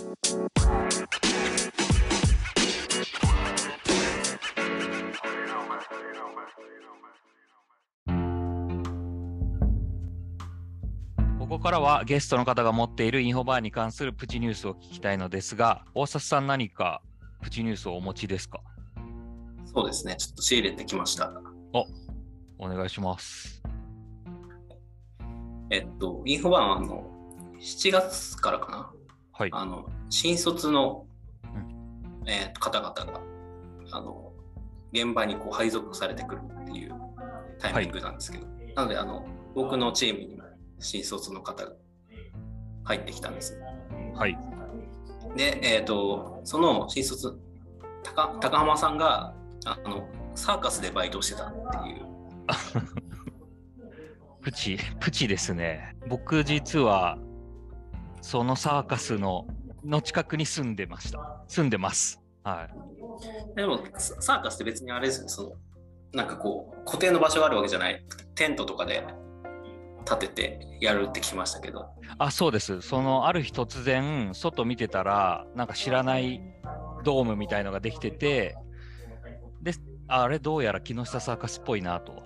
ここからはゲストの方が持っているインフォバーに関するプチニュースを聞きたいのですが、大里さん何かプチニュースをお持ちですか？ そうですね、ちょっと仕入れてきました。 お願いします。 インフォバーン7月からかな、 はい。 新卒の、方々が現場にこう配属されてくるっていうタイミングなんですけど、なので僕のチームにも新卒の方が入ってきたんです。 はい。 で、その新卒高浜さんがサーカスでバイトをしてたっていうプチですね。僕実はそのサーカスの近くに住んでます。はい。 でもサーカスって別にあれですね、なんかこう固定の場所があるわけじゃない、テントとかで立ててやるって聞きましたけど。 そうです。ある日突然外見てたらなんか知らないドームみたいのができてて、であれどうやら木下サーカスっぽいなと、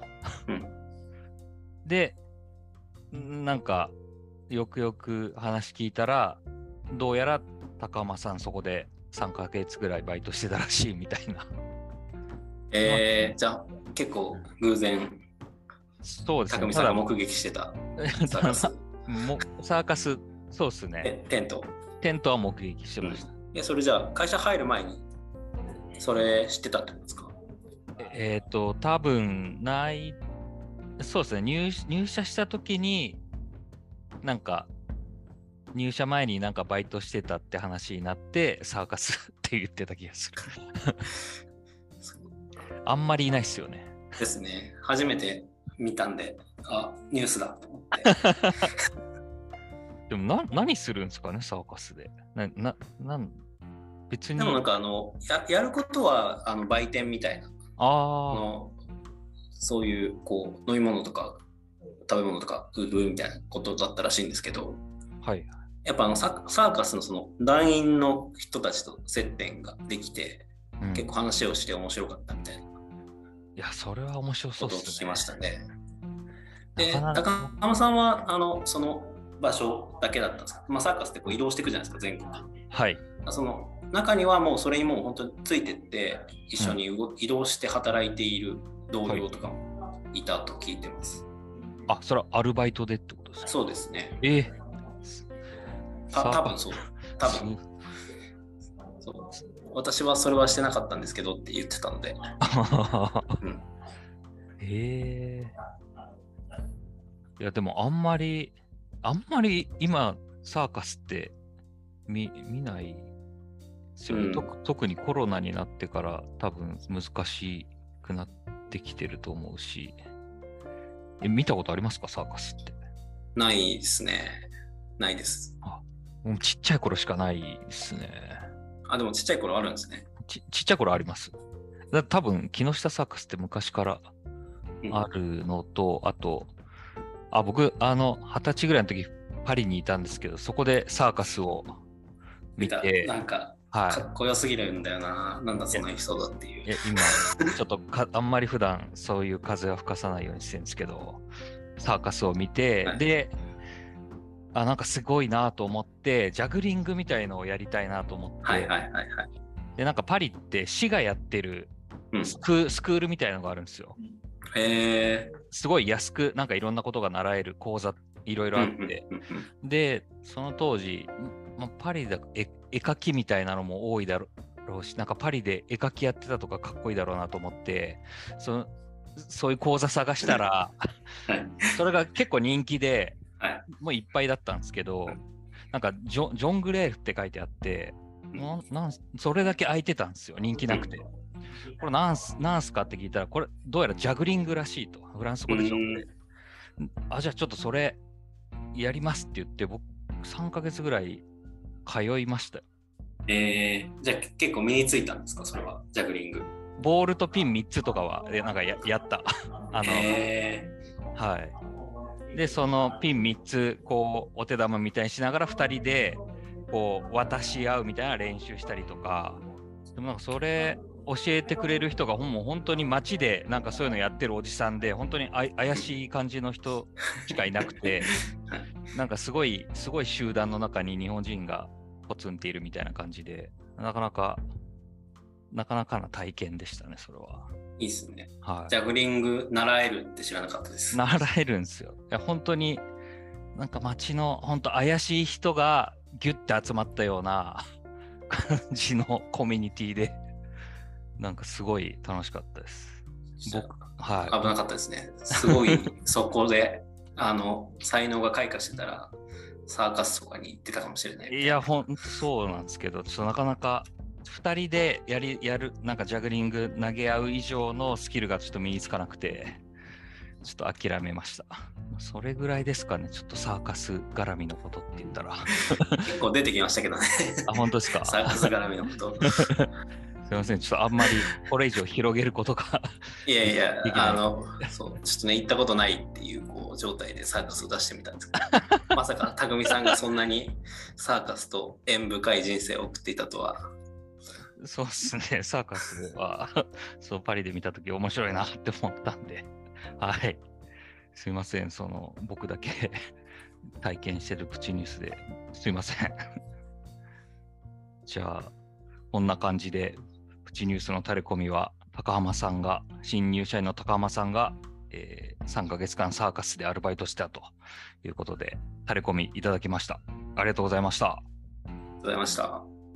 でなんかよくよく話聞いたら、どうやら高浜さんそこで3ヶ月ぐらいバイトしてたらしいみたいな。 じゃあ結構偶然そうですね、 高見さんが目撃してたサーカスサーカス、そうですね、 テントは目撃してました。 それじゃあ会社入る前にそれ知ってたってことですか？ 多分ない。そうですね、入社した時になんか入社前になんかバイトしてたって話になってサーカスって言ってた気がする。あんまりいないっすよね。 ですね。初めて見たんで、ニュースだと思って。 でも何するんですかね、サーカスで。別に。 でもなんかやることは売店みたいな。そういうこう飲み物とか食べ物とか売るみたいなことだったらしいんですけど、 はい。 やっぱサーカスのその団員の人たちと接点ができて、結構話をして面白かったみたいな。 いや、それは面白そうですね。 聞きましたね。で、高浜さんはその場所だけだったんですか？サーカスってこう移動していくじゃないですか、全国。 はい。 その中にはもうそれにもう本当についてって一緒に移動して働いている同僚とかもいたと聞いてます。 それはアルバイトでってことですか？ そうですね。多分そう。私はそれはしてなかったんですけどって言ってたので。 いやでもあんまり今サーカスって見ないですよね。特にコロナになってから多分難しくなってきてると思うし。見たことありますか、サーカスって？ ないですね。ないです。 もうちっちゃい頃しかないですね。 でもちっちゃい頃あるんですね。 ちっちゃい頃あります。多分木下サーカスって昔からあるのと、あと僕20歳ぐらいの時パリにいたんですけど、そこでサーカスを見て、 なんかかっこよすぎるんだよな。なんだそのエピソードっていう。 今ちょっとあんまり普段そういう風は吹かさないようにしてるんですけど、サーカスを見て、でなんかすごいなと思って、ジャグリングみたいのをやりたいなと思って、でなんかパリって市がやってるスクールみたいなのがあるんですよ。すごい安くなんかいろんなことが習える講座いろいろあって、でその当時、パリで絵描きみたいなのも多いだろうし、なんかパリで絵描きやってたとかかっこいいだろうなと思って、そういう講座探したらそれが結構人気で、もういっぱいだったんですけど、なんかジョングレールって書いてあって、それだけ空いてたんですよ、人気なくて。これなんすかって聞いたら、これどうやらジャグリングらしいと、フランス語でしょって。じゃあちょっとそれやりますって言って、僕3ヶ月ぐらい通いました。 じゃあ結構身についたんですか、それは、ジャグリング。 ボールとピン3つとかはなんか やった。はい。で、そのピン3つ、こう、お手玉みたいにしながら2人で、 こう渡し合うみたいな練習したりとか、でもなんかそれ教えてくれる人がもう本当に街でなんかそういうのやってるおじさんで、本当に怪しい感じの人しかいなくてなんかすごい集団の中に日本人がポツンっているみたいな感じで、なかなかな体験でしたね、それは。 いいっすね。 はい、 ジャグリング習えるって知らなかったです。 習えるんですよ。いや本当になんか街の本当怪しい人がギュッて集まったような感じのコミュニティで、なんかすごい楽しかったです。 はい、危なかったですね。すごいそこで才能が開花してたらサーカスとかに行ってたかもしれない。 いやそうなんですけど、ちょっとなかなか2人でやるなんかジャグリング投げ合う以上のスキルがちょっと身につかなくて、ちょっと諦めました。それぐらいですかね。ちょっとサーカス絡みのことって言ったら結構出てきましたけどね。 本当ですか。 サーカス絡みのことすいません、ちょっとあんまりこれ以上広げることがいやそうちょっとね、行ったことないっていう状態でサーカスを出してみたんですけどまさか匠さんがそんなにサーカスと縁深い人生を送っていたとは。 そうですね、サーカスはそうパリで見たとき面白いなって思ったんで、はい、すいません、僕だけ体験してるプチニュースですいませんじゃあこんな感じでプチニュースのタレコミは新入社員の高浜さんが、3ヶ月間サーカスでアルバイトしたということでタレコミいただきました。ありがとうございました。 ありがとうございました。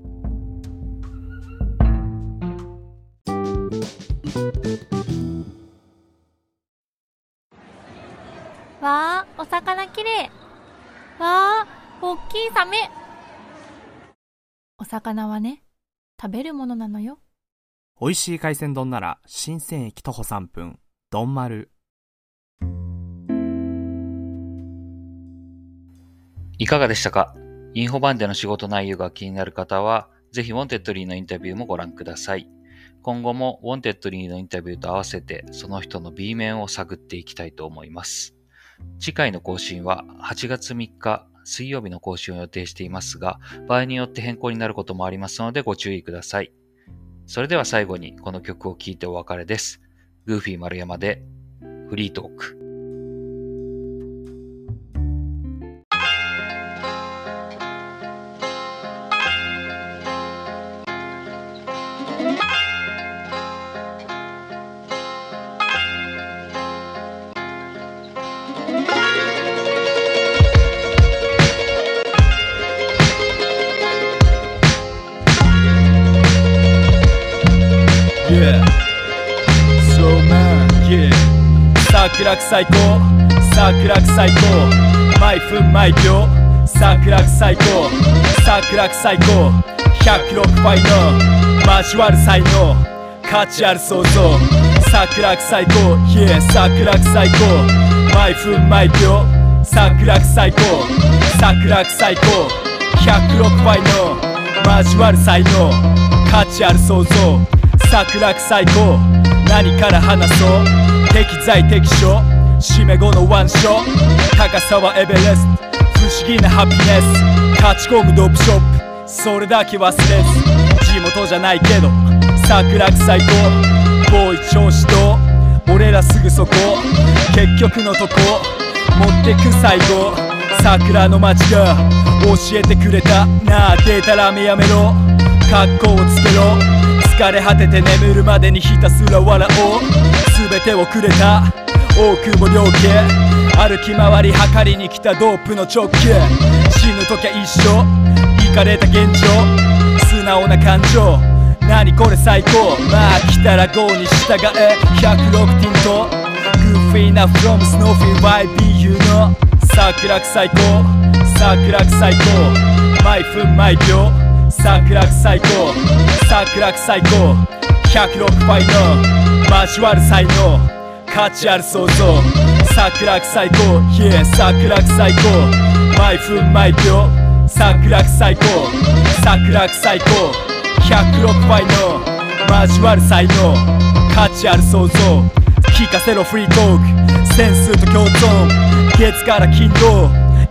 わあ、お魚きれい。わあ、おっきいサメ。お魚はね、食べるものなのよ。 美味しい海鮮丼なら新鮮駅徒歩3分、丼丸。 いかがでしたか？インフォバンでの仕事内容が気になる方は、ぜひウォンテッドリーのインタビューもご覧ください。今後もウォンテッドリーのインタビューと合わせてその人の B 面を探っていきたいと思います。次回の更新は8月3日水曜日の更新を予定していますが、場合によって変更になることもありますのでご注意ください。それでは最後にこの曲を聴いてお別れです。グーフィー丸山でフリートーク。 桜最高、桜最高、毎分毎秒桜最高、桜最高、106倍の交わる才能、価値ある創造、桜最高、yeah 桜最高、毎分毎秒桜最高、桜最高、106倍の交わる才能、価値ある創造、桜最高、何から話そう、適材適所、締め後のワンショット、高さはエベレスト、不思議なハピネス、勝ち込むドップショップ、それだけ忘れず、地元じゃないけど桜最高、ボーイ調子どう、俺らすぐそこ、結局のとこ持ってく最後、桜の街が教えてくれたなあ、データラメやめろ、格好をつけろ、疲れ果てて眠るまでにひたすら笑おう、全てをくれた大久保良家、歩き回り測りに来たドープの直径、死ぬときゃ一緒、イかれた現状、素直な感情、何これ最高、まあ来たら GO に従え、106ティント、グーフィーな from Snowy YBU の桜最高、桜最高、毎分毎秒桜最高、桜最高、106倍の交わる才能、価値ある創造、桜最高、yeah 桜最高、毎分毎秒桜最高、桜最高、106倍の交わる才能、価値ある創造、聞かせろフリートーク、センスと共存、月から金土、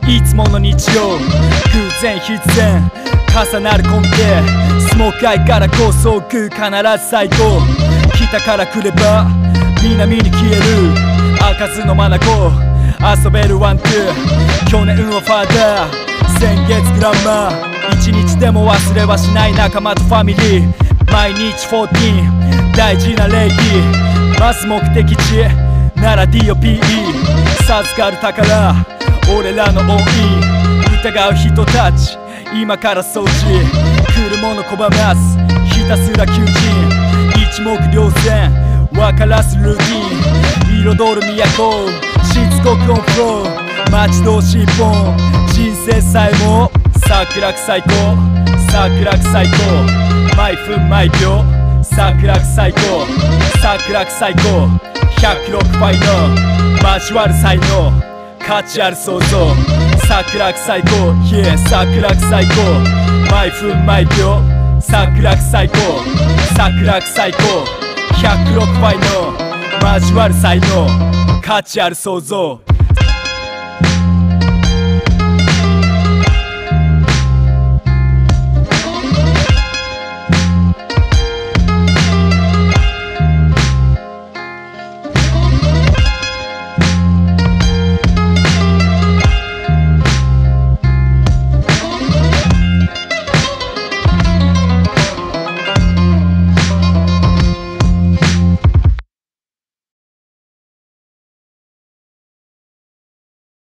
いつもの日常偶然必然重なる根底スモークアイから高層空必ず最高北から来れば南に消える開かずの眼遊べるワンツー去年はファーダー先月グランマー一日でも忘れはしない仲間とファミリー毎日14大事な礼儀まず目的地なら DOPE 授かる宝俺らの恩義疑う人たち今から掃除来るもの拒ますひたすら求人一目瞭然分からすルーティン彩る都しつこくオンフロー待ち遠しいポン人生さえも桜最高桜最高毎分毎秒桜最高桜最高106ファイの交わる才能価値ある想像桜最高 Yeah 桜最高毎分毎秒桜最高桜最高106ファイの交わる才能価値ある想像